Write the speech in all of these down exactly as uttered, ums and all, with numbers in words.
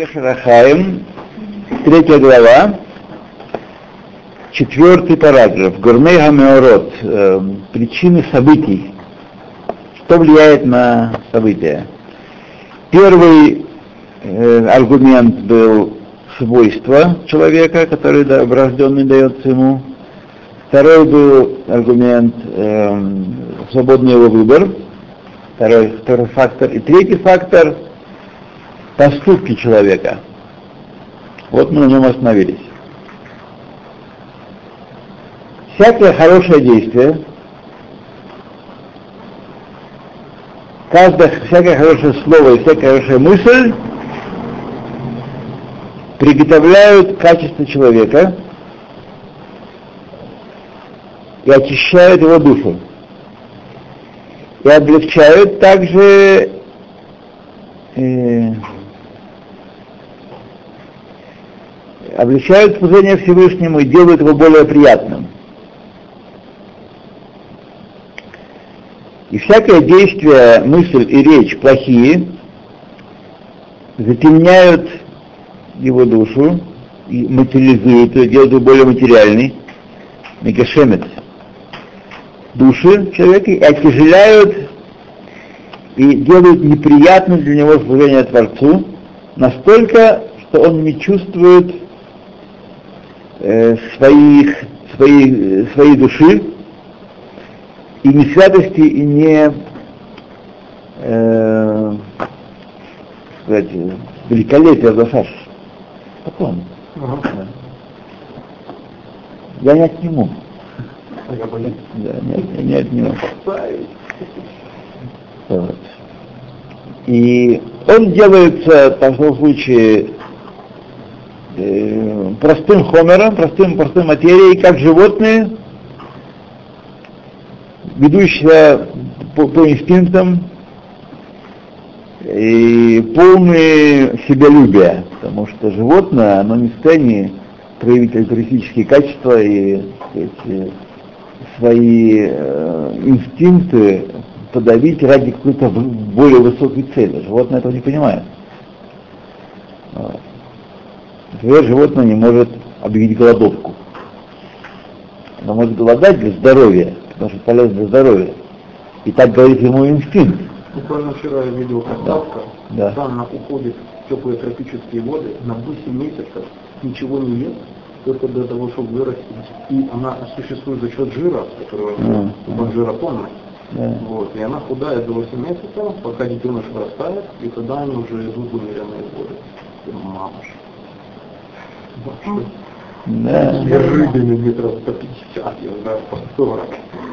Кешер ха-Хаим, третья глава, четвертый параграф. Гурней ха-Меорот. Э, причины событий. Что влияет на события? Первый э, аргумент был свойство человека, который да, врожденный дается ему. Второй был аргумент э, свободный его выбор. Второй, второй фактор. И третий фактор — поступки человека. Вот мы на нем остановились. Всякое хорошее действие, каждое, всякое хорошее слово и всякая хорошая мысль приготовляют качество человека и очищают его душу. И облегчают также э, облегчают служение Всевышнему и делают его более приятным. И всякое действие, мысль и речь плохие затемняют его душу и материализуют ее, делают ее более материальной, мегашемет души человека, и отяжеляют и делают неприятным для него служение Творцу настолько, что он не чувствует э, своих, своей, своей души и не святости, и не э, сказать, великолепия Зашаш. Потом. Uh-huh. Да. Я не отниму. Я боюсь. Да, нет, я не отниму. Вот. И он делается, в таком случае, э, простым хомером, простым, простой материей, как животные, ведущие по, по инстинктам и полные себялюбия, потому что животное, оно не в состоянии проявить альтруистические качества и эти, свои э, инстинкты подавить ради какой-то более высокой цели. Животное этого не понимает. Вот. Например, животное не может объявить голодовку. Оно может голодать для здоровья, потому что это полезно для здоровья. И так говорит ему инстинкт. Буквально вчера я видел картавка, да. Там она уходит в теплые тропические воды, на восемь месяцев ничего не ест, только для того, чтобы вырастить. И она существует за счет жира, который mm. от жира тонны. Yeah. Вот. И она худает до восьми месяцев, пока детеныш вырастает, и тогда они уже идут в умеренные воды. Мамаш. Да. Я рыбами метров сто пятьдесят, я знаю, по сорок.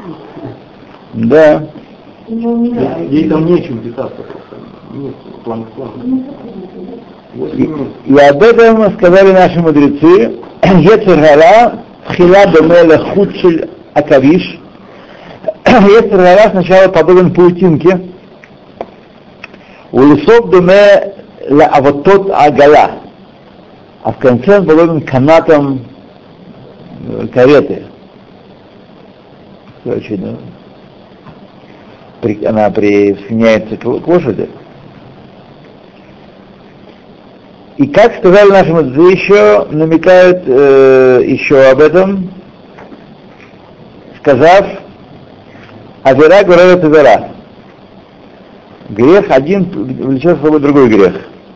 Да. Ей там нечем питаться просто. Нет планктона. И, и об этом сказали наши мудрецы. Йецер гара тхила доме лехут шель акавиш. Йецер гара сначала подобен паутинке. У лесов доме леавотот агала. А в конце он подобен канатам кареты. Очень, да? При, она присоединяется к, к лошади. И как сказали наши мудрецы, еще намекают э, еще об этом, сказав: авера гуревет авера. Грех один влечет с собой другой грех.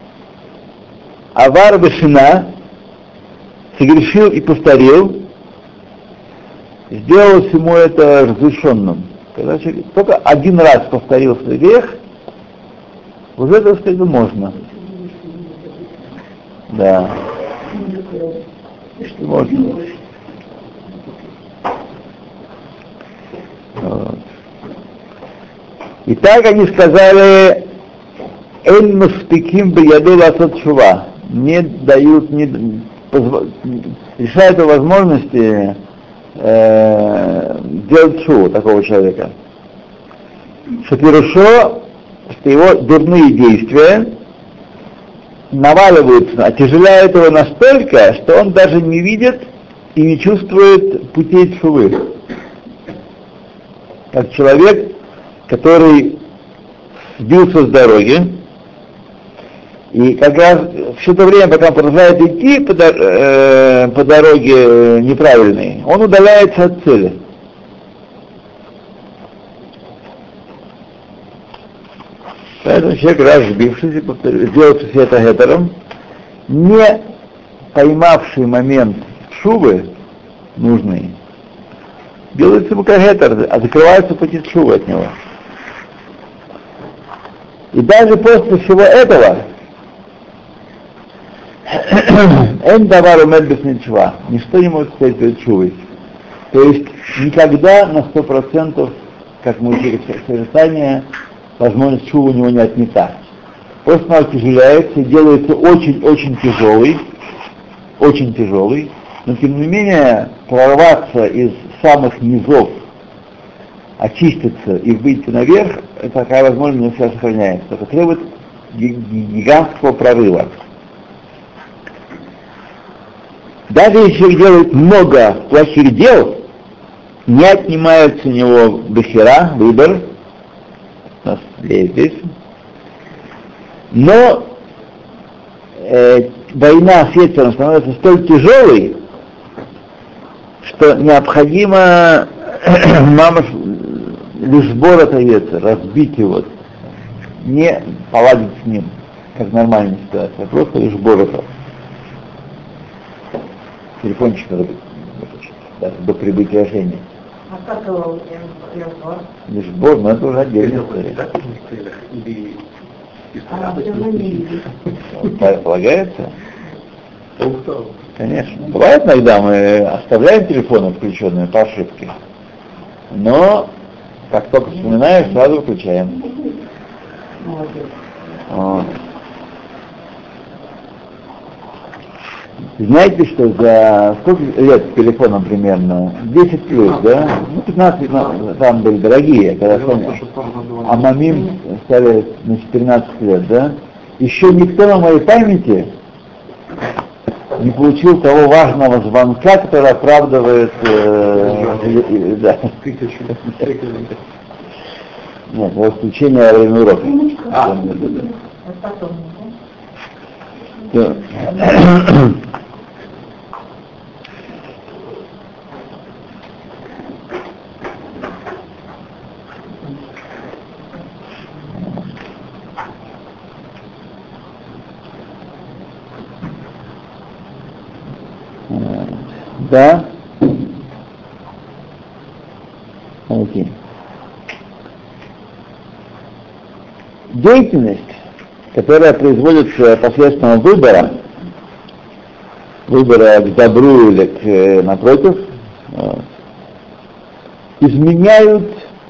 Авар бешина, согрешил и повторил, сделал ему это разрешенным. Когда человек только один раз повторил свой грех, уже, так сказать, можно. Да. Что можно. Вот. Итак, они сказали: «Эн маспиким бияду ласот шува». Не дают, не позв... решают о возможности э, делать шуву такого человека. Что пирушо, что его дурные действия наваливаются, отяжеляют его настолько, что он даже не видит и не чувствует путей шувы. Как человек, который сбился с дороги И как раз все это время, пока он продолжает идти по, э, по дороге неправильной, он удаляется от цели. Поэтому человек, разбившийся, сделавший все это гетером, не поймавший момент шувы нужный, делается ему как гетер, а закрываются пути шувы от него. И даже после всего этого эн давар умед бес ничва, ничто не может стоять перед шувой. То есть никогда на сто процентов, как мы учили в созерцании, возможность шува у него не отнята. После того тяжеляется и делается очень-очень тяжелый, очень тяжелый, но тем не менее прорваться из самых низов, очиститься и выйти наверх, такая возможность не всегда сохраняется. Это требует гигантского прорыва. Даже если человек делает много плохих дел, не отнимается у него бехера, выбор, у нас есть здесь, но э, война с Ецером становится столь тяжелой, что необходимо мама лишь сбор это Ецер, разбить его, не поладить с ним, как нормальная ситуация, просто лишь сбор это. Телефончик надо выключить, даже до прибытия Жени. А как его лишбор? Лишбор, но это уже отдельная история. Или А, все не видит. Полагается? Конечно. Бывает иногда мы оставляем телефоны включенные по ошибке, но как только вспоминаешь, сразу выключаем. Молодец. Вот. Знаете, что за сколько лет телефоном примерно? десять плюс, да? Ну, пятнадцать там были дорогие, когда помню. А мамим стали на четырнадцать лет, да? Еще никто на моей памяти не получил того важного звонка, который оправдывает э, э, да. Нет, это исключение во время урока. А, да. Да. Окей. Деятельность, которая производится посредством выбора, выбора к добру или к напротив, изменяют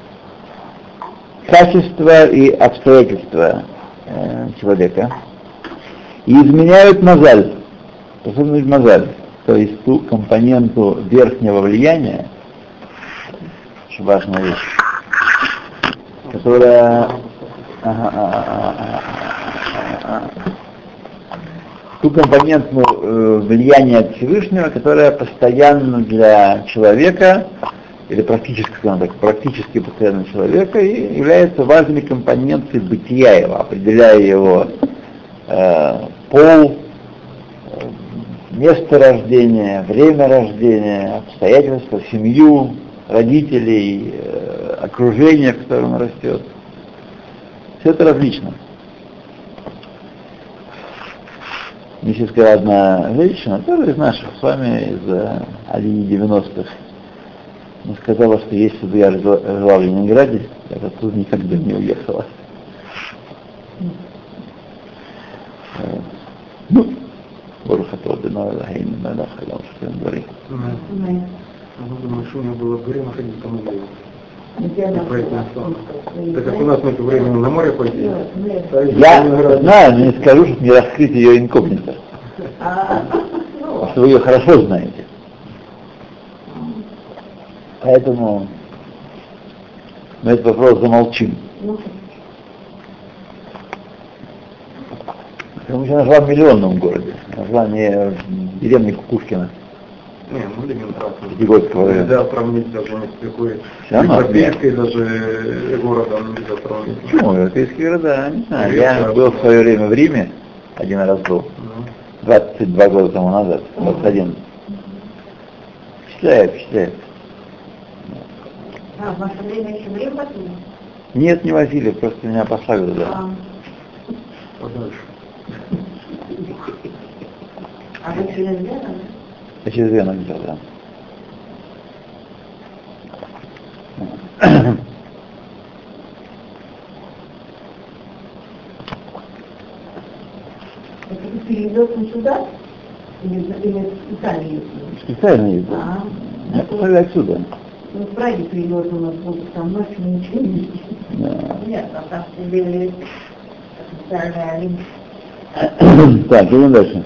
качество и обстоятельства человека и изменяют мозаль, особенно мозаль. То есть ту компоненту верхнего влияния, очень важная вещь, которая ага, ага, ага, ага, ту компоненту э, влияния от Всевышнего, которая постоянно для человека, или практически, скажем так, практически постоянно человека, и является важной компонентой бытия его, определяя его э, пол, место рождения, время рождения, обстоятельства, семью, родителей, э, окружение, в котором он растет. Все это различно. Мне сейчас сказала одна женщина, тоже из наших с вами, из э, Алии девяностых, она сказала, что если бы я жила, жила в Ленинграде, я бы оттуда никогда не уехала. Вот. Ну, Барухатова, но Гейн, надо сказал, что он говорит. Думаю, что у меня было время ходить по морю. Так как у нас нет времени на море пойти. Я знаю, но не скажу, чтобы не раскрыть ее инкогнито. Потому что вы ее хорошо знаете. Поэтому мы этот вопрос замолчим. Потому что она жила в миллионном городе. Она жила не в деревне Кукушкина. Не, ну Ленинград. Пятигорского района. Нельзя сравнить даже не с какой европейской даже городом нельзя сравнить. Почему? Европейские города, не знаю. Я был в свое время в Риме, один раз был. двадцать два года тому назад, двадцать один. Впечатляет, впечатляет. А, в ваше время еще время возили? Нет, не возили, просто меня послали туда. А. Подальше. А вы через Вену? Я через Вену где-то, да. Это перевез на сюда? Или, или специально ездили? Специально ездил. А, Я послали отсюда. ну, в Праге перевез у нас был, там ночью ничего не видели. Да. Нет, а там сидели специальные олимпии. Так, идем дальше.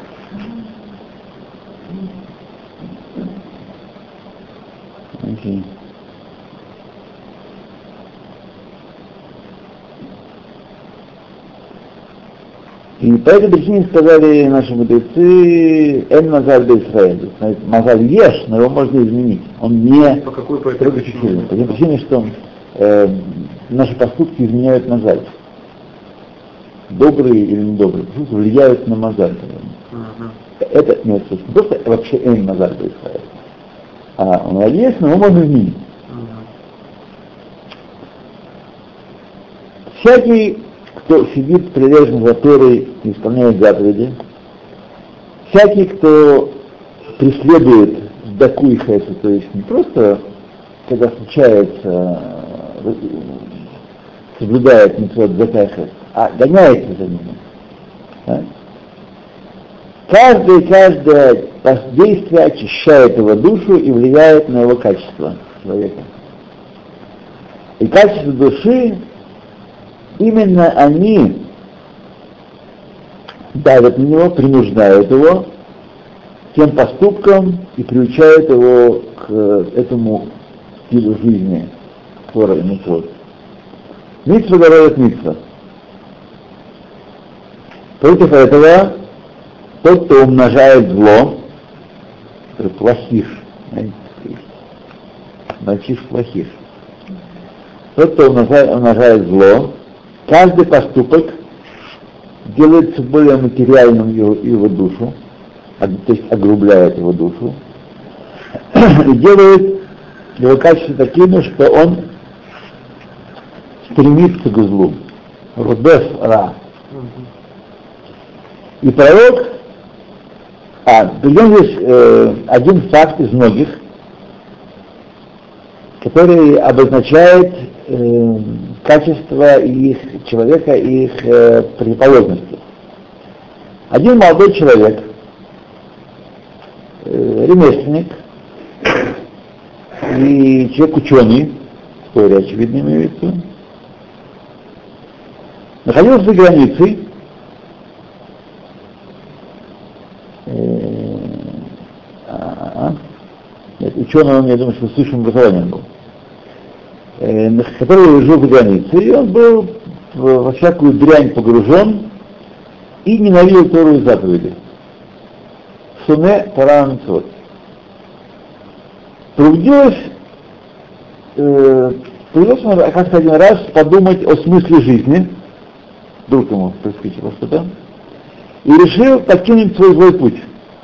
Окей. И по этой причине сказали наши мудрецы «Эн мазаль б'Исраэль». Мазаль ешь, но его можно изменить. Он не По какой по этой причине? По этой причине, что э, наши поступки изменяют мазаль. Добрые или недобрые поступки влияют на мазаль. Uh-huh. Это нет, не просто вообще «Эн мазаль б'Исраэль». А он есть, но его можно изменить. Uh-huh. Всякий, кто сидит привержен за Торой и исполняет заповеди, всякий, кто преследует даку и хесед, то есть не просто, когда случается, соблюдает мицвот дака и хесед, а гоняется за ними. Да? Каждое, каждое действие очищает его душу и влияет на его качество человека. И качество души, именно они давят на него, принуждают его тем поступкам и приучают его к этому стилю жизни, Тора и мицвот. Мицва говорит мицва. Против этого тот, кто умножает зло, это плохиш, мальчиш плохиш. Тот, кто умножает, умножает зло, каждый поступок делает все более материальным его, его душу, то есть огрубляет его душу, и делает его качество такими, что он стремится к злу. Рудес ра. И пророк, а, приведем здесь э, один факт из многих, который обозначает э, качество их человека и их э, противоположности. Один молодой человек, э, ремесленник и человек ученый, история очевидно имеется, находился за границей, э, а, нет, ученый, он, я думаю, что с высшим образованием был, который жил за границей, и он был во всякую дрянь погружен и ненавидел Тору и заповеди. Суне Тора мицвот. Трудилось, э, трудилось он как-то один раз подумать о смысле жизни, вдруг ему приспичило что-то, и решил покинуть свой злой путь.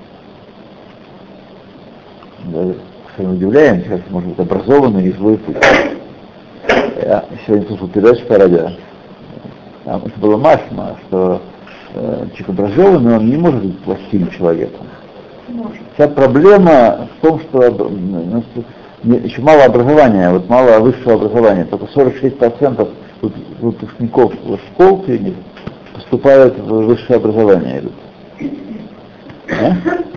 Мы удивляемся, как может быть образованный и злой путь. Я сегодня слушал передачу по радио. Там это было массно, что э, человек образованный, он не может быть плохим человеком. Вся проблема в том, что ну, еще мало образования, вот мало высшего образования. Только сорок шесть процентов выпускников школ поступают в высшее образование. А?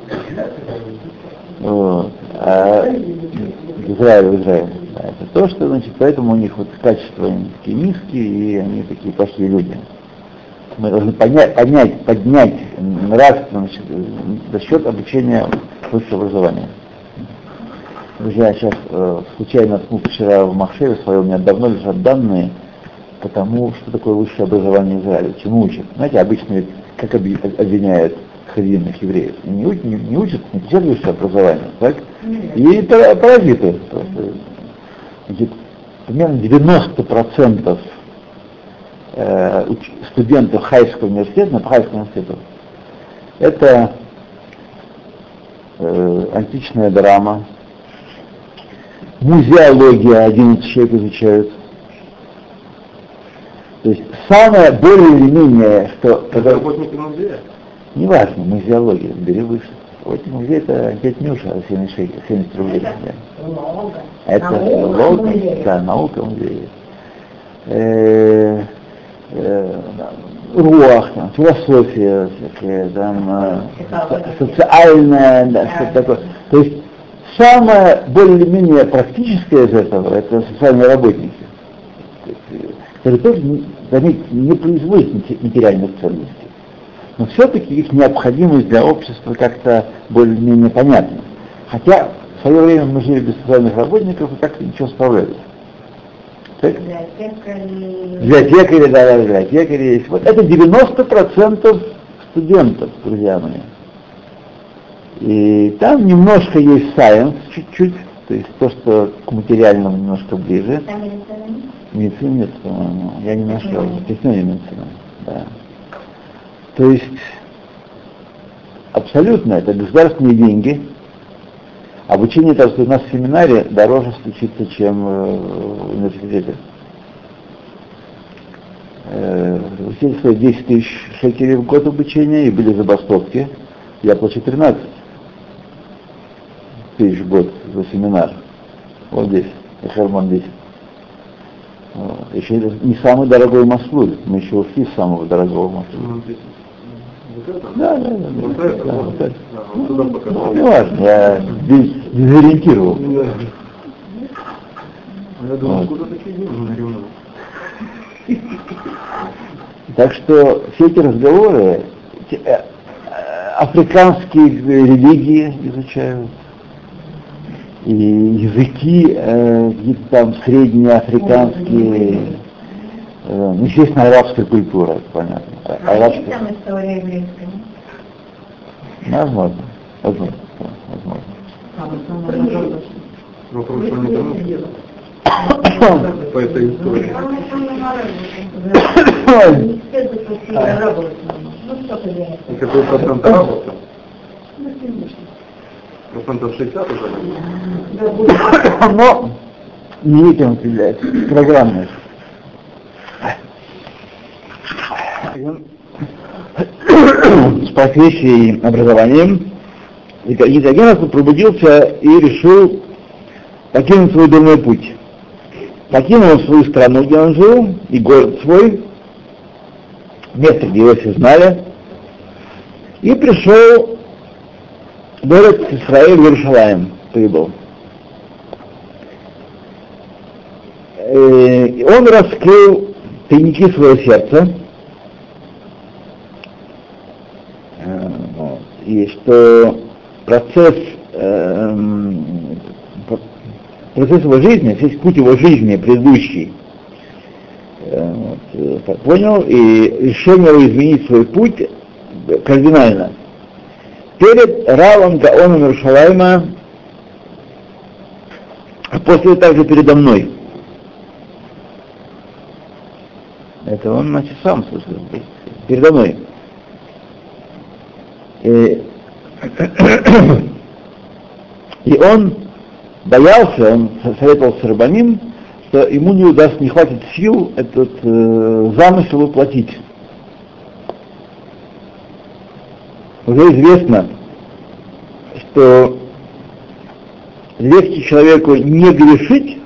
Вот. А в Израиле, в Израиле. Да, это то, что, значит, поэтому у них вот качества они такие низкие, и они такие плохие люди. Мы должны понять, поднять, поднять нравственность за счет обучения высшего образования. Друзья, я сейчас э, случайно наткнулся вчера в Махшеве своем, у меня давно лежат данные по тому, что такое высшее образование Израиля, чему учат. Знаете, обычно ведь как обвиняют хавидных евреев, они не, не, не учат, не получают высшее образование, так? И паразиты просто. Значит, примерно девяносто процентов э, студентов Хайского университета, по Хайскому университету, это э, античная драма, музеология, одиннадцать человек изучают. То есть самое более или менее, что... Это работники музея? Неважно, музеология, бери выше. Вот музей это пять нюша, семьдесят рублей. Это Да. много. Это наука, наука, музей. да, наука музея. Э, э, руах, там, философия, всякая, там, э, со- социальная, да, что-то такое. То есть самое более-менее практическое из этого это социальные работники, которые тоже, заметьте, не производят материальных ценностей. Но все-таки их необходимость для общества как-то более-менее понятна. Хотя в свое время мы жили без социальных работников и как-то ничего справлялись. Так? Библиотекари. Библиотекари, да, да, библиотекари есть. Вот это девяносто процентов студентов, друзья мои. И там немножко есть science, чуть-чуть, то есть то, что к материальному немножко ближе. Там медицина? Медицины нет, по-моему. Я не нашел. Технология медицина, да. То есть абсолютно это государственные деньги. Обучение, так сказать, у нас в семинаре дороже случится, чем в университете. Университет стоит десять тысяч шекелей в год обучения, и были забастовки. Я плачу тринадцать тысяч в год за семинар. Вот здесь, и Херман здесь. Вот. Еще это не самый дорогой маслуль. Мы еще ушли с самого дорогого маслуля. Да, да, да. Вот да, это, да, вот вот это. вот туда показать. Ну, не важно, я дезориентировал. Я думаю, Вот. куда такие деньги на ремонт? Так что все эти разговоры, те, э, э, африканские религии изучают, и языки, э, какие-то там среднеафриканские, э, ну, естественно, арабская культура, это понятно. А Арабская. есть там история еврейская? Возможно, возможно, возможно. А вот там она Вопрос в том, по этой истории. И какой процент арабов там? Процентов шестьдесят уже? Но не этим определяется, программой. С профессией, образованием, и один раз он пробудился и решил покинуть свой дурной путь. Покинул свою страну, где он жил, и город свой, место, где его все знали, и пришел в город Израиль, в Иерушалаим прибыл. И он раскрыл тайники своего сердца, и что процесс, э, процесс его жизни, весь путь его жизни предыдущий, э, вот, понял и решил его изменить свой путь кардинально. Перед Равом Гаоном Иерушалайма, а после также передо мной. Это он, значит, сам слышал, передо мной. И, и он боялся, он советовал с Рабаним, что ему не удастся, не хватит сил этот э, замысел воплотить. Уже известно, что легче человеку не грешить,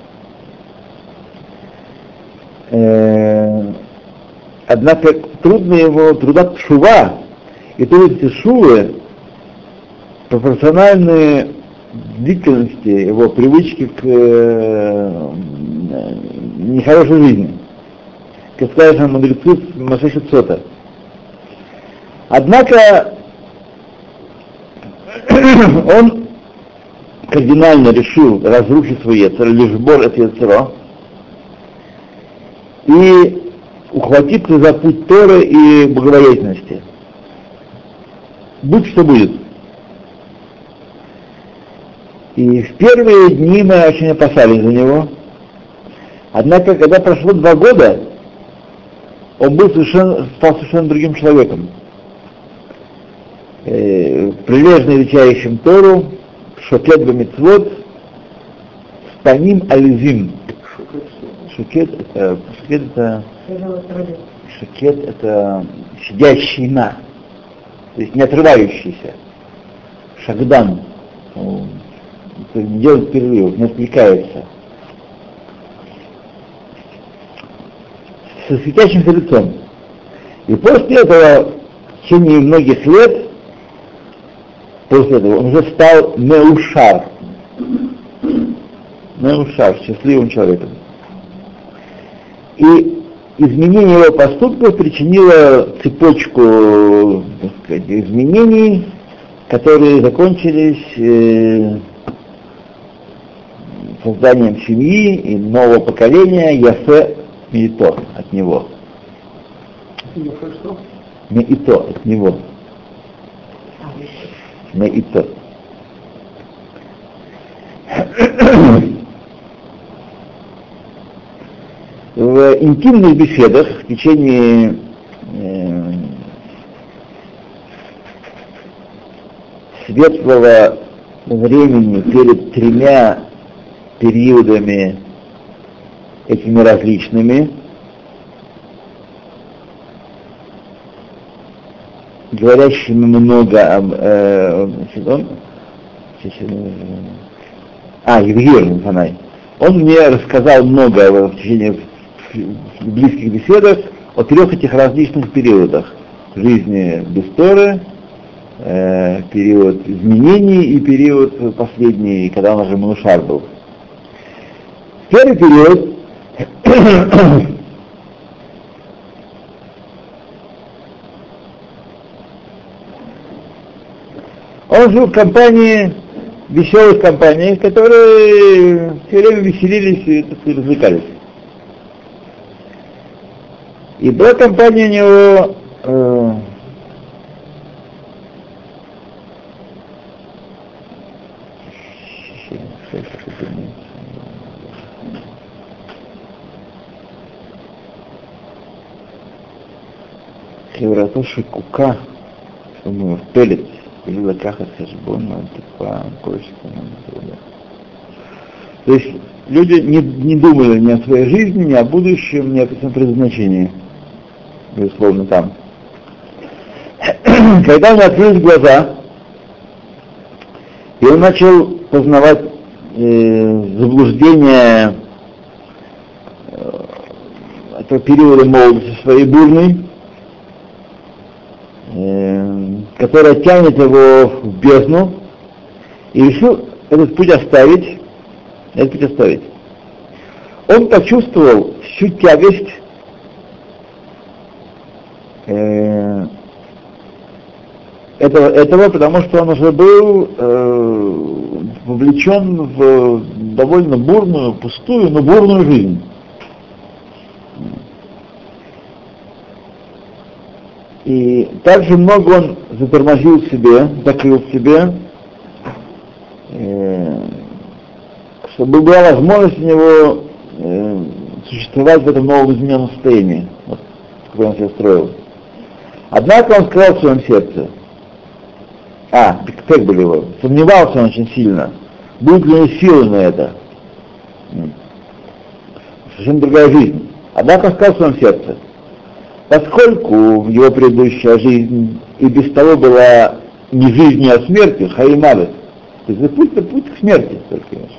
э, однако трудно его, труда тшува, и трудности шувы пропорциональны длительности его привычки к э, нехорошей жизни. Как сказали мудрецы Машехет Сота. Однако он кардинально решил разрушить свой яцер, лишбор от яцеро, и ухватиться за путь Торы и богобоязненности. Будь что будет. И в первые дни мы очень опасались за него. Однако, когда прошло два года, он был совершенно, стал совершенно другим человеком. Э, прилежно изучающим Тору, шокет бамитцвот, спаним ализим. Шокет это, шокет это, шокет это сидящий на, то есть не отрывающийся. Шагдан, не делает перерывов, не отвлекается. Со светящимся лицом. И после этого, в течение многих лет, после этого он уже стал меушар. Меушар, счастливым человеком. И изменение его поступков причинило цепочку, так сказать, изменений, которые закончились э, созданием семьи и нового поколения Яфе Меито от него. Яфе что? Меито от него. Меито. В интимных беседах в течение э, светлого времени перед тремя периодами этими различными, говорящими много об э, он, а, Евгений Фанай. Он мне рассказал много в течение в близких беседах о трех этих различных периодах жизни без Торы, э, период изменений и период последний, когда он уже Манушар был. Первый период он жил в компании, веселых компаний, которые все время веселились и, так сказать, развлекались. И была компания у него э, חברתו שיקוקה, שהוא מעורפלת, כאילו לקחת חשבון מהטיפה, כל שכונה. То есть люди не, не думали ни о своей жизни, ни о будущем, ни о своем предназначении. Безусловно, там. Когда у него открылись глаза, и он начал познавать э, заблуждения э, этого периода молодости своей бурной, э, которая тянет его в бездну, и решил этот путь оставить, этот путь оставить. Он почувствовал всю тягость э, этого, этого, потому что он уже был э, вовлечен в довольно бурную, пустую, но бурную жизнь. И также много он затормозил в себе, закрыл в себе, э, чтобы была возможность у него э, существовать в этом новом измененном состоянии, вот, какое он себе строил. Однако он сказал в своем сердце, а, как были его, сомневался он очень сильно, будет ли у него силы на это. Совершенно другая жизнь. Однако он сказал в своем сердце, поскольку его предыдущая жизнь и без того была не жизнью, а смертью, хаимавет, то есть путь, это путь к смерти, только конечно.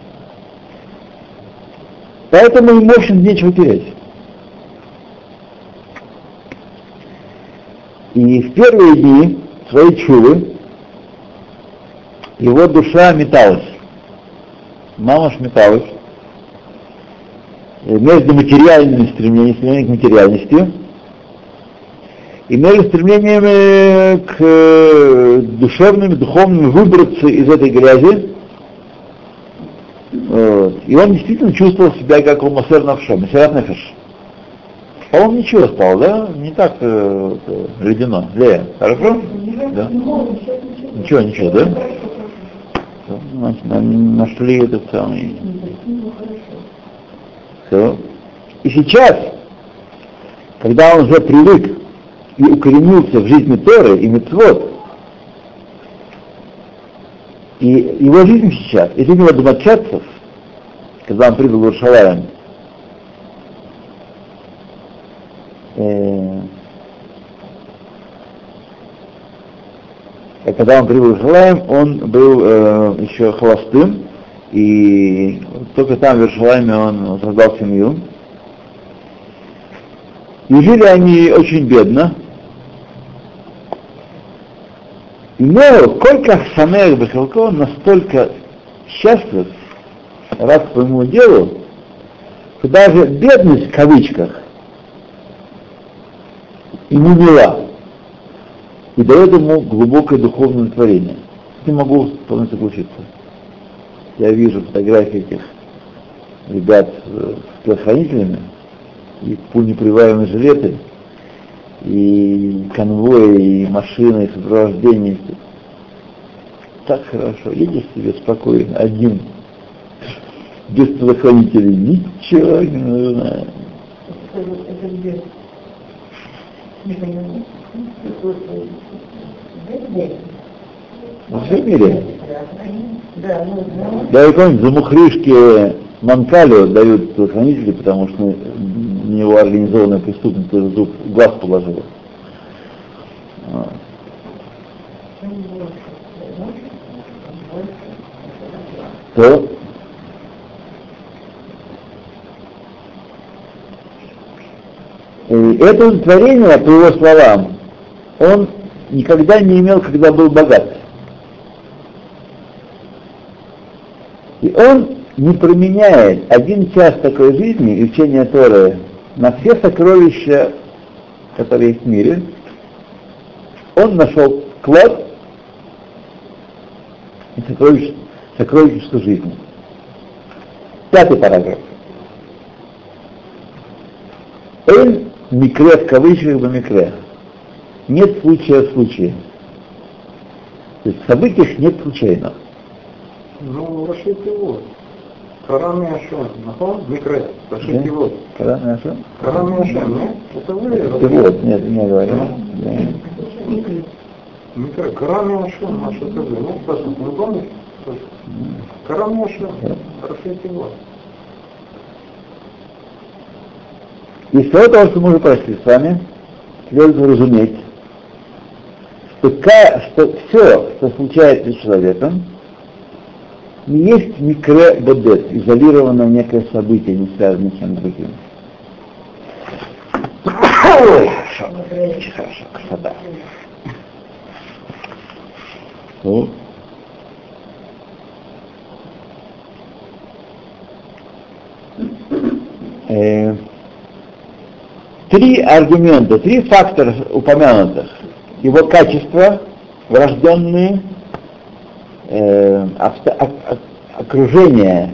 Поэтому ему, в общем, нечего терять. И в первые дни своей чувы его душа металась. Мама ж металась между материальными стремлениями, стремлением к материальности, и между стремлением к душевным, духовным выбраться из этой грязи. Вот. И он действительно чувствовал себя как у Мосер Навша, Месерат Нефеш. По-моему, ничего стало, да? Не так э, ледяно. Лея, хорошо? Да. Ничего, ничего, да? Значит, нашли этот самый. Все. И сейчас, когда он уже привык и укоренился в жизни Торы и мицвот, и его жизнь сейчас, и жизнь его домочадцев, когда он прибыл в Иерусалим, э, когда он прибыл в Иерусалим, он был э, еще холостым, и только там, в Иерусалиме, он создал семью. И жили они очень бедно. Но сколько Самех Бехалко, он настолько счастлив, рад своему делу, что даже бедность в кавычках ему мила и дает ему глубокое духовное удовлетворение. Не могу полностью согласиться. Я вижу фотографии этих ребят с телохранителями, и пуленепробиваемые жилеты, и конвои, и машины, и сопровождение. Так хорошо, едешь себе спокойно, один, без телохранителей, ничего не нужно. Это где? Не понимаю. Во всем мире. Да, ну, ну. Да, и помните, за мухрышки Манкалио дают телохранители, потому что на него организованная преступность в зуб глаз положила. То и это удовлетворение, по его словам, он никогда не имел, когда был богат. И он не променяет один час такой жизни и учения Торы на все сокровища, которые есть в мире. Он нашел клад и сокровищ, сокровищество жизни. Пятый параграф. Эль микре в кавычках бамикре. Нет случая в случае. То есть в событиях нет случайно. Ну, Рашид его. Карам Яшон. Нахон? Микре. Рашид его. Карам Яшон? Карам Яшон, нет? Это вы? Вот, нет, не говорю. Микре. Карам Яшон. Наш это вы. Ну, Саша, вы помните? Карам Яшон. Рашид его. Из всего того, что мы уже прошли с вами, следует разуметь, что, что все, что случается с человеком, не есть микре бедет, изолированное некое событие, не связанное с чем другим. Ой, хорошо, очень хорошо, красота. Ну. Э, три аргумента, три фактора упомянутых. Его качества, врожденные, э, авто, ок, ок, окружение,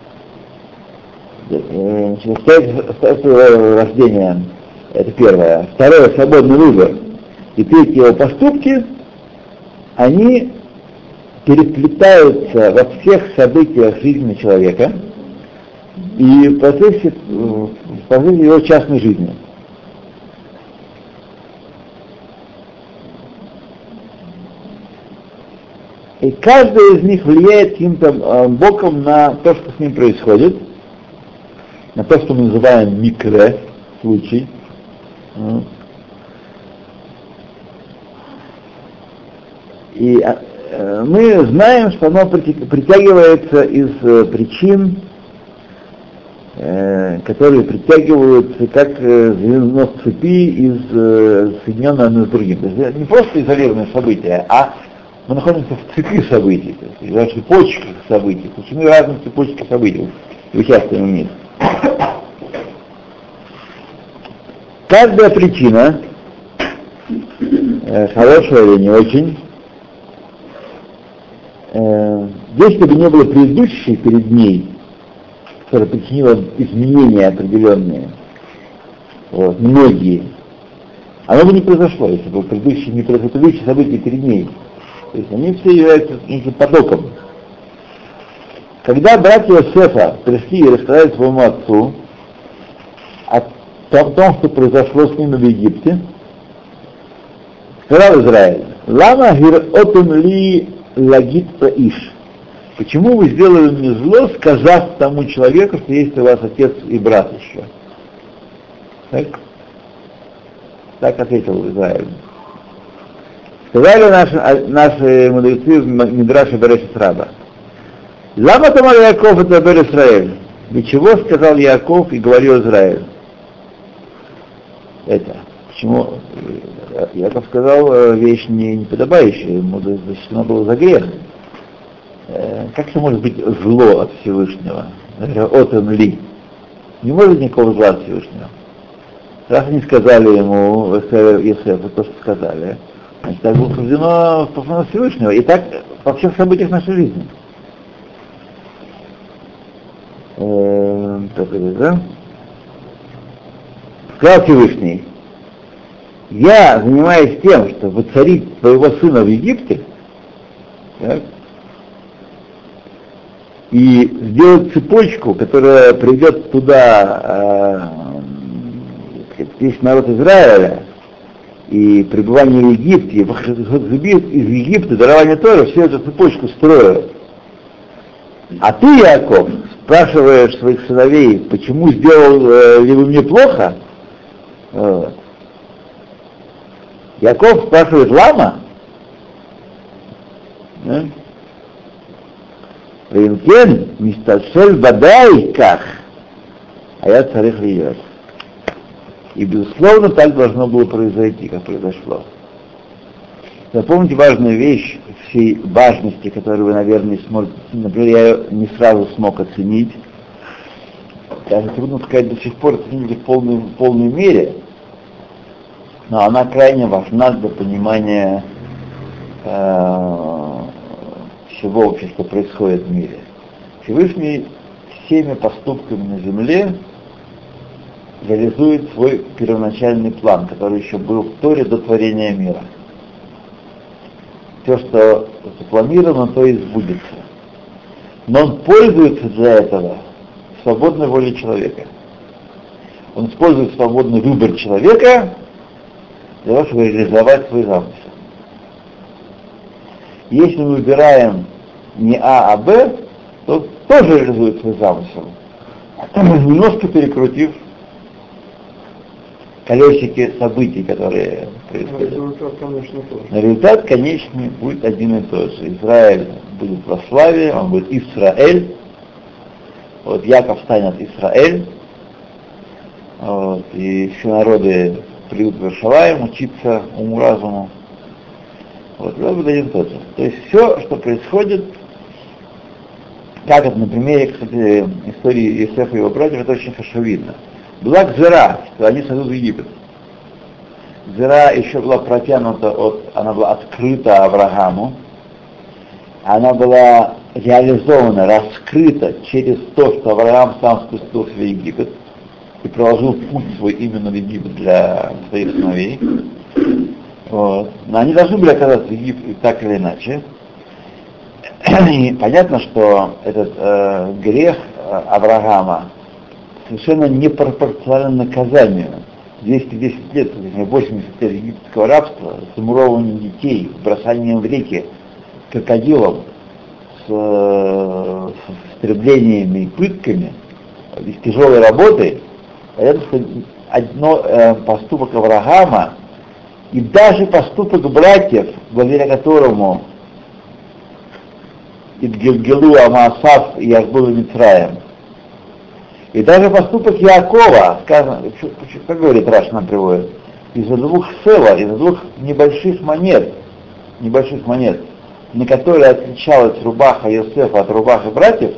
э, обстоятельства рождения, это первое. Второе, свободный выбор. И третье, его поступки, они переплетаются во всех событиях жизни человека и в процессе, в процессе его частной жизни. И каждый из них влияет каким-то э, боком на то, что с ним происходит, на то, что мы называем микре, случай. И э, мы знаем, что оно притягивается из э, причин, э, которые притягиваются как э, звено в цепи из э, соединенного одно с другим. То есть не просто изолированное событие, а мы находимся в цепи событий, то есть в цепочках событий, то есть мы разные цепочки событий и участвуем в них. Каждая причина, э, хорошая или не очень, э, если бы не было предыдущей перед ней, которая причинила изменения определенные, вот, многие, оно бы не произошло, если бы предыдущие не произошло, предыдущие события перед ней. То есть они все являются неким потоком. Когда братья Йосефа пришли и рассказали своему отцу о в том, что произошло с ними в Египте, сказал Израиль: «Лама гиротум ли лагит таиш». Почему вы сделали мне зло, сказав тому человеку, что есть у вас отец и брат еще? Так, так ответил Израиль. Сказали наши, наши мудрецы в Мидраше Берешит Раба: «Лама тамар Яков это Бер Исраэль». Для чего сказал Яков и говорил Израиль? Это. Почему? Яков сказал вещь не, неподобающую, ему защищено было за грех. Как это может быть зло от Всевышнего? От ли. Не может быть никакого зла от Всевышнего. Раз они сказали ему, Йосефу, то, что сказали, значит, так было суждено в Всевышнего. И так во всех событиях нашей жизни. Так это, да? Сказал Всевышний: я занимаюсь тем, что воцарить твоего сына в Египте, так, и сделать цепочку, которая приведет туда э, весь народ Израиля, и пребывание в Египте, и выход из Египта, дарование Торы, всю эту цепочку строят. А ты, Яков, спрашиваешь своих сыновей, почему сделал э, ли вы мне плохо? Вот. Яков спрашивает: лама? Да? Венкен, мисташель бадай как, а я царих льет. И, безусловно, так должно было произойти, как произошло. Запомните важную вещь, всей важности, которую вы, наверное, сможете, например, я ее не сразу смог оценить. Даже трудно сказать до сих пор оценить в полной, в полной мере, но она крайне важна для понимания э, всего вообще, что происходит в мире. Всевышний всеми поступками на земле реализует свой первоначальный план, который еще был в Торе до творения мира. Все, что запланировано, то и сбудется. Но он пользуется для этого свободной волей человека. Он использует свободный выбор человека для того, чтобы реализовать свой замысел. Если мы выбираем не А, а Б, то тоже реализует свой замысел, немножко перекрутив колесики событий, которые происходят. Но результат, конечно, тоже. Но результат, конечно, будет один и тот же. Израиль будет во славе, он будет Исраэль. Вот Яков станет Исраэль. Вот, и все народы придут в Иерушалаим учиться уму-разуму. Вот, это будет один и тот же. То есть все, что происходит, как это на примере, кстати, истории Йосефа и его братьев, это очень хорошо видно. Была гзера, что они сойдут в Египет. Гзера еще была протянута, от, она была открыта Аврааму, она была реализована, раскрыта через то, что Авраам сам спустился в Египет и проложил путь свой именно в Египет для своих сыновей. Вот. Но они должны были оказаться в Египте так или иначе. И понятно, что этот э, грех Авраама совершенно непропорционально наказанию. двести десять лет, восемьдесят лет египетского рабства, замуровывание детей, бросанием в реки крокодилом, с, с истреблениями и пытками, и с тяжелой работой. Понятно, что одно э, поступок Авраама и даже поступок братьев, благодаря которому Идгилгилу Амаасав и Яхбу Мицраем, и даже поступок Яакова, сказано, как говорит Раш, нам приводит, из-за двух села, из-за двух небольших монет, небольших монет, на которые отличалась рубаха Йосефа от рубахи братьев,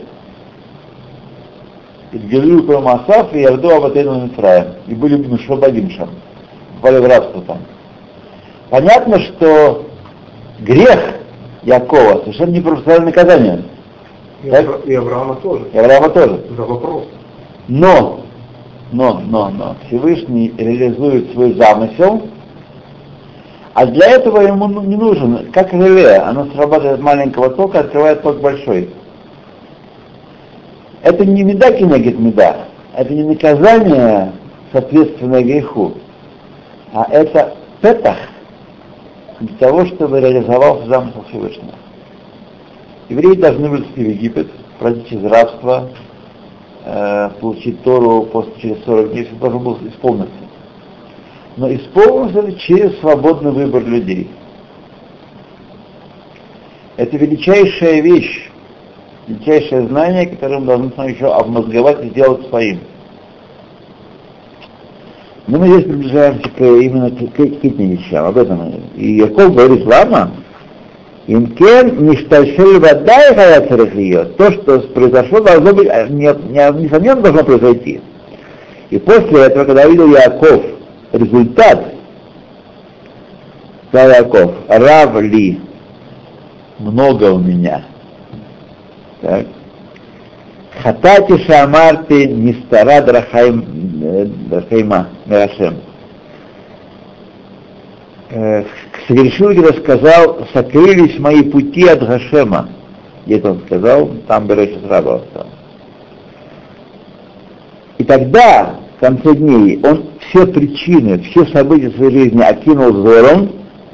Идгилу Амаасав и Яхбу Абатейну Мицраем, и были Мишобадимшам, попали в рабство там. Понятно, что грех Якова совершенно непропорциональное наказание. И, Авра- и Авраама тоже. И Авраама тоже. За вопрос. Но, но, но, но, Всевышний реализует свой замысел, а для этого ему не нужен, как реле, оно срабатывает от маленького тока, открывает ток большой. Это не меда кинегит меда, это не наказание соответственно греху, а это петах для того, чтобы реализовался замысел Всевышнего. Евреи должны вылезти в Египет, пройти через рабство, э, получить Тору после, через сорок дней, все должно было исполниться. Но исполнился ли через свободный выбор людей? Это величайшая вещь, величайшее знание, которое мы должны с вами еще обмозговать и сделать своим. Но мы здесь приближаемся к, именно к, к, к этим вещам, об этом. И Яков говорит, лама, имкен ништальшель вода и хаяцарах ее. То, что произошло, должно быть, несомненно, должно произойти. И после этого, когда видел Яков результат, сказал Яков, рав ли, много у меня. Так. Хатати шамарты нистара драхайма мирашем. Согрешил, когда сказал, сокрылись мои пути от Гашема. Где-то он сказал, там Берешит Раба остался. И тогда, в конце дней, он все причины, все события своей жизни окинул взором,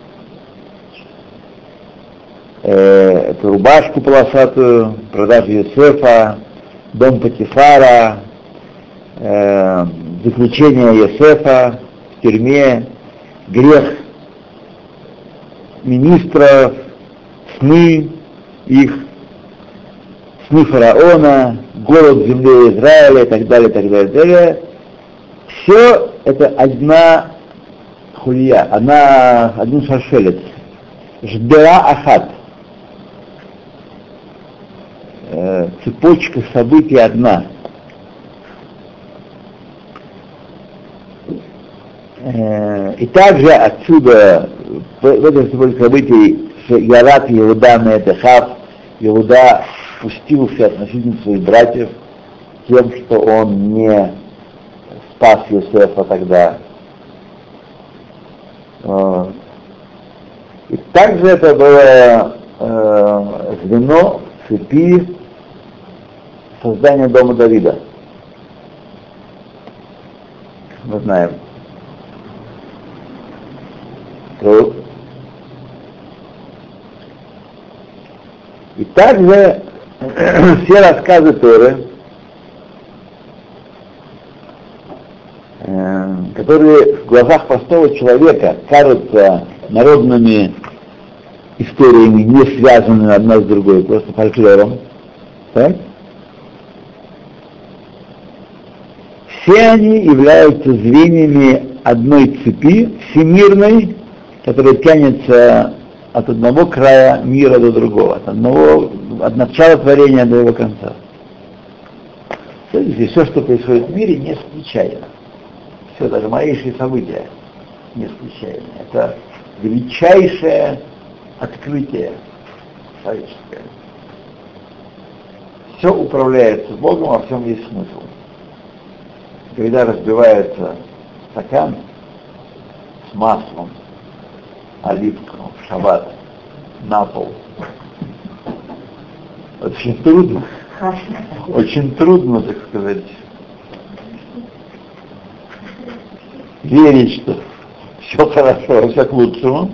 э, эту рубашку полосатую, продажу Йосефа, дом Патифара, э, заключение Йосефа в тюрьме, грех министров, сны их, сны фараона, голод в земле Израиля и так далее, и так далее, и так далее. Все это одна хулья, одна, один шаршелец. Ждера ахат. Э, цепочка событий одна. Э, и также отсюда, в, в этой цепочке событий, Ярат Иуда Меэтехав, Иуда спустился относительно своих братьев тем, что он не спас Йосефа тогда. Э, и также это было э, звено в цепи создания дома Давида. Мы знаем. То. И также все рассказы Торы, э, которые в глазах простого человека кажутся народными историями, не связанными одна с другой, просто фольклором, так? Все они являются звеньями одной цепи всемирной, которая тянется от одного края мира до другого, от одного, от начала творения до его конца. Смотрите, все, что происходит в мире, не случайно. Все, даже малейшие события не случайно. Это величайшее открытие человеческое. Все управляется Богом, а во всем есть смысл. Когда разбивается стакан с маслом, оливковым в шаббат на пол, очень трудно, очень трудно, так сказать, верить, что все хорошо, все к лучшему.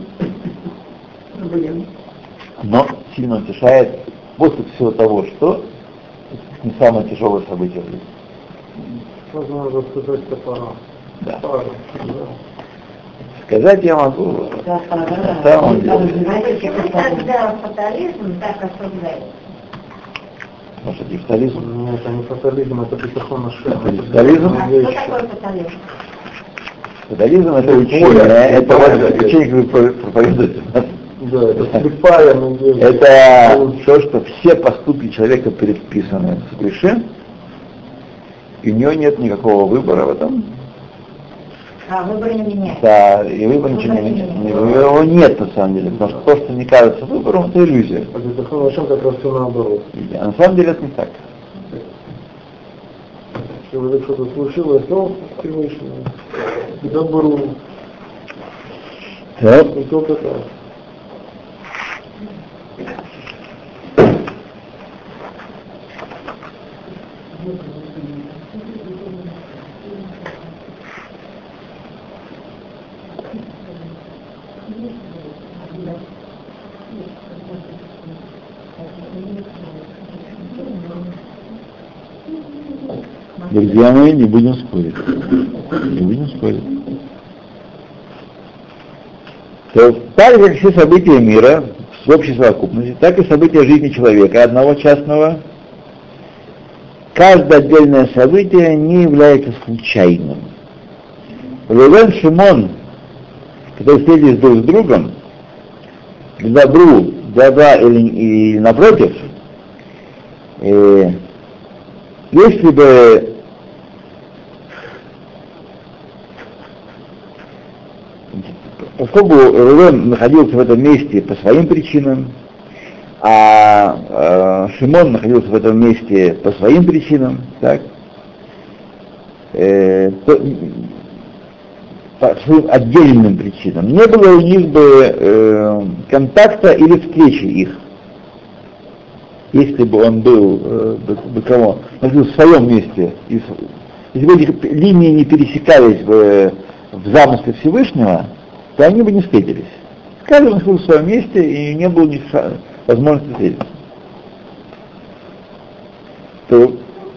Но сильно утешает после всего того, что это не самое тяжелое событие в жизни. Можно сказать, что пора. Да. Пора. Сказать я могу. Да, На самом деле. Когда фатализм так осуждается. Может, это фатализм? Нет, это не фатализм, это бетахон Ашем. Это фатализм? А что такое фатализм? Фатализм это учение, это вот учение, как вы проповедуете. Да, это слепая надежда. Это то, что все поступки человека предписаны свыше, и у него нет никакого выбора в этом. А выбор не меняется. Да, и выбор ничего не меняется. Его нет на самом деле, потому что то, что не кажется выбором, это иллюзия. А бетахон Ашем как раз все наоборот. А на самом деле это не так. Если вдруг что-то случилось, то Всевышний, к добру. Да. И только так. Друзья мои, не будем спорить. Не будем спорить. То, так как все события мира в общей совокупности, так и события жизни человека, одного частного, каждое отдельное событие не является случайным. Рувен, Шимон, которые встретились друг с другом, к добру, да-да или, или напротив, э, если бы поскольку Рувен находился в этом месте по своим причинам, а э, Шимон находился в этом месте по своим причинам, так, э, то, по своим отдельным причинам, не было у них бы э, контакта или встречи их. Если бы он был э, бы, бы кого, находился в своем месте, и, если бы эти линии не пересекались бы в замысле Всевышнего, то они бы не встретились. Каждый находился в своем месте, и не было у них возможности встретиться. То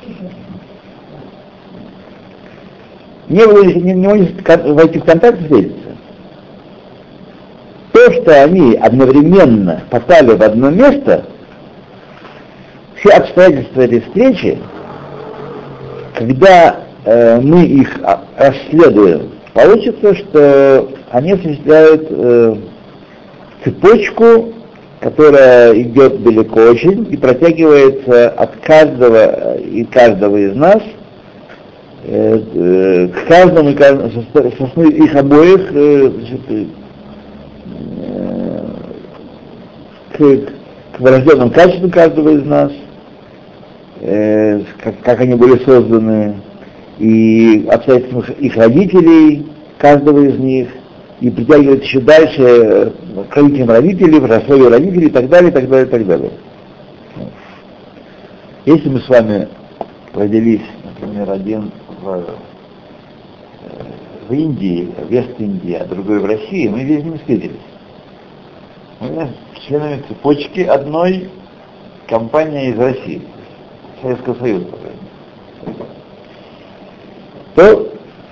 не было не, не может войти в контакт и встретиться. То, что они одновременно попали в одно место, все обстоятельства этой встречи, когда э, мы их расследуем, получится, что они осуществляют э, цепочку, которая идет далеко очень и протягивается от каждого и каждого из нас э, э, к каждому и каждому, со основы их обоих э, э, к, к врожденным качествам каждого из нас, э, как, как они были созданы, и обстоятельствам их родителей, каждого из них, и притягивает еще дальше к родителям родителей, в рассловие родителей и так далее, и так далее, и так далее. Если мы с вами родились, например, один в, в Индии, в Вест-Индии, а другой в России, мы здесь не встретились. Мы членами цепочки одной компании из России, Советского Союза. То,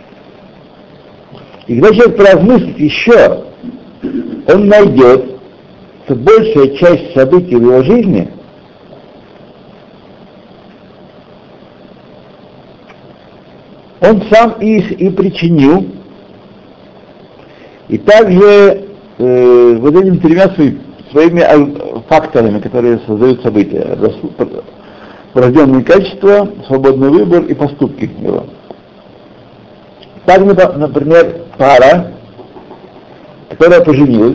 и когда человек поразмыслит еще, он найдет, что большая часть событий в его жизни он сам и, и причинил, и также э, вот этими тремя свои, своими факторами, которые создают события: врожденные качества, свободный выбор и поступки его. Так, например, пара, которая поженилась,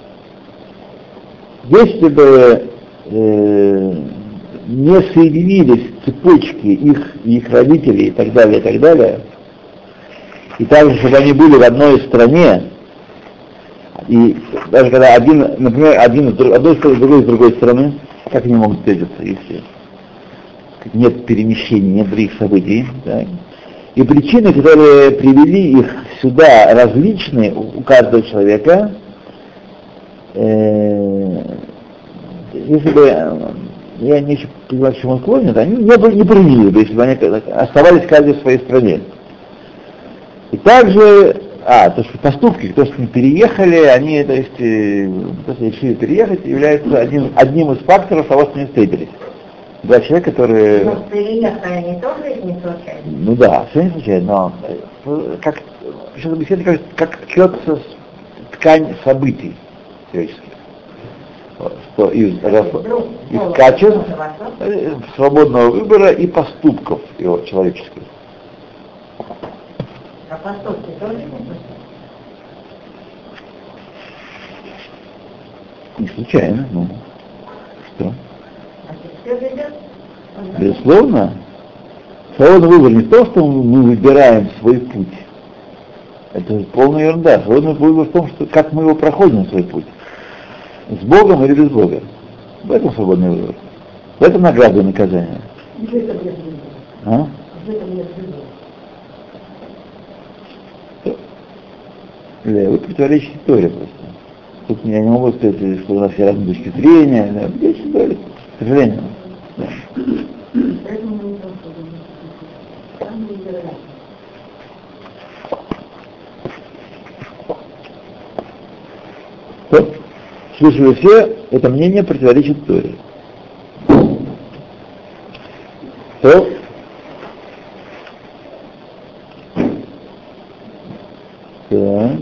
если бы э, не соединились цепочки их, их родителей и так далее, и так далее, и также, чтобы они были в одной стране, и даже когда один, например, один из одной страны, другой из другой страны, как они могут встретиться, если нет перемещений, нет других событий, да? И причины, которые привели их сюда, различные у каждого человека. Э, если бы, я не понимаю, к чему он клонит, они не, были, не привели бы, если бы они оставались каждый в своей стране. И также, а, то, что поступки, то, что они переехали, они, то есть, то, что решили переехать, является одним, одним из факторов того, что они встретились. Два человека, которые... Но переехали они тоже не случайно? Ну да, все не случайно, но как, сейчас беседа как, как ткется ткань событий человеческих. Что из, из качеств, свободного выбора и поступков его человеческих. А поступки тоже не случайно? Не случайно, ну. Что? Все ведет? Безусловно. Свободный выбор не то, что мы выбираем свой путь. Это полная ерунда. Свободный выбор в том, что как мы его проходим, свой путь. С Богом или без Бога. В этом свободный выбор. В этом награда и наказание. А? Вы противоречите Торе просто. Тут я не могу сказать, что у нас все разные точки зрения. Да. Противоречите Торе. К сожалению. Да. слышали все, это мнение противоречит Торе. То так.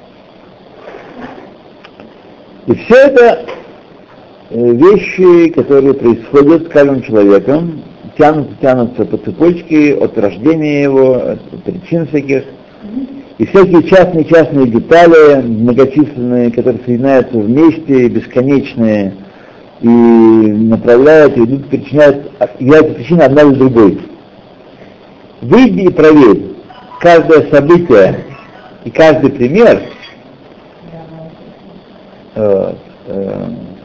И все это вещи, которые происходят с каждым человеком, тянутся, тянутся по цепочке от рождения его, от причин всяких. И всякие частные-частные детали, многочисленные, которые соединяются вместе, бесконечные, и направляют, и идут, причиняют, являются причиной одна или другой. Выйди и проверь каждое событие и каждый пример, э, э,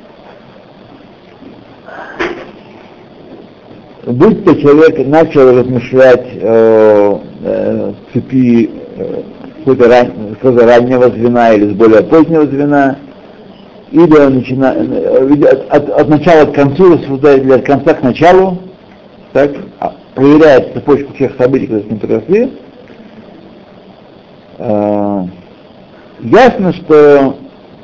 будь то человек начал размышлять о э, цепи э, какого-то ран, раннего звена или с более позднего звена, или он начинает от, от, от начала к концу рассуждает, или от конца к началу, так, проверяет цепочку всех событий, которые с ним произошли. Э, ясно, что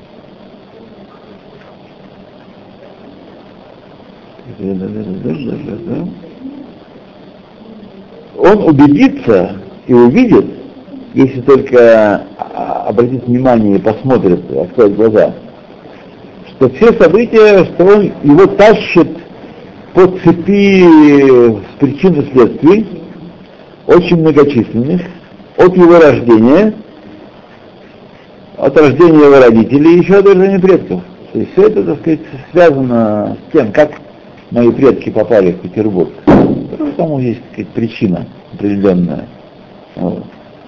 он убедится и увидит, если только обратит внимание и посмотрит, откроет глаза, что все события, что он его тащит по цепи причин и следствий, очень многочисленных, от его рождения, от рождения его родителей и еще от рождения предков. То есть все это, так сказать, связано с тем, как мои предки попали в Петербург. Потому есть, так сказать, причина определенная. Вот.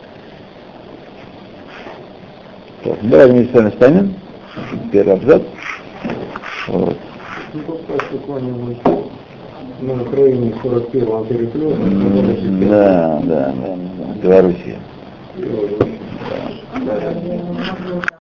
Так, давай вместе с вами станем. Первый абзац. Вот. Ну, попасть буквально на Украине сорок первого переплета. Да, да, да, да, Белоруссия. Да.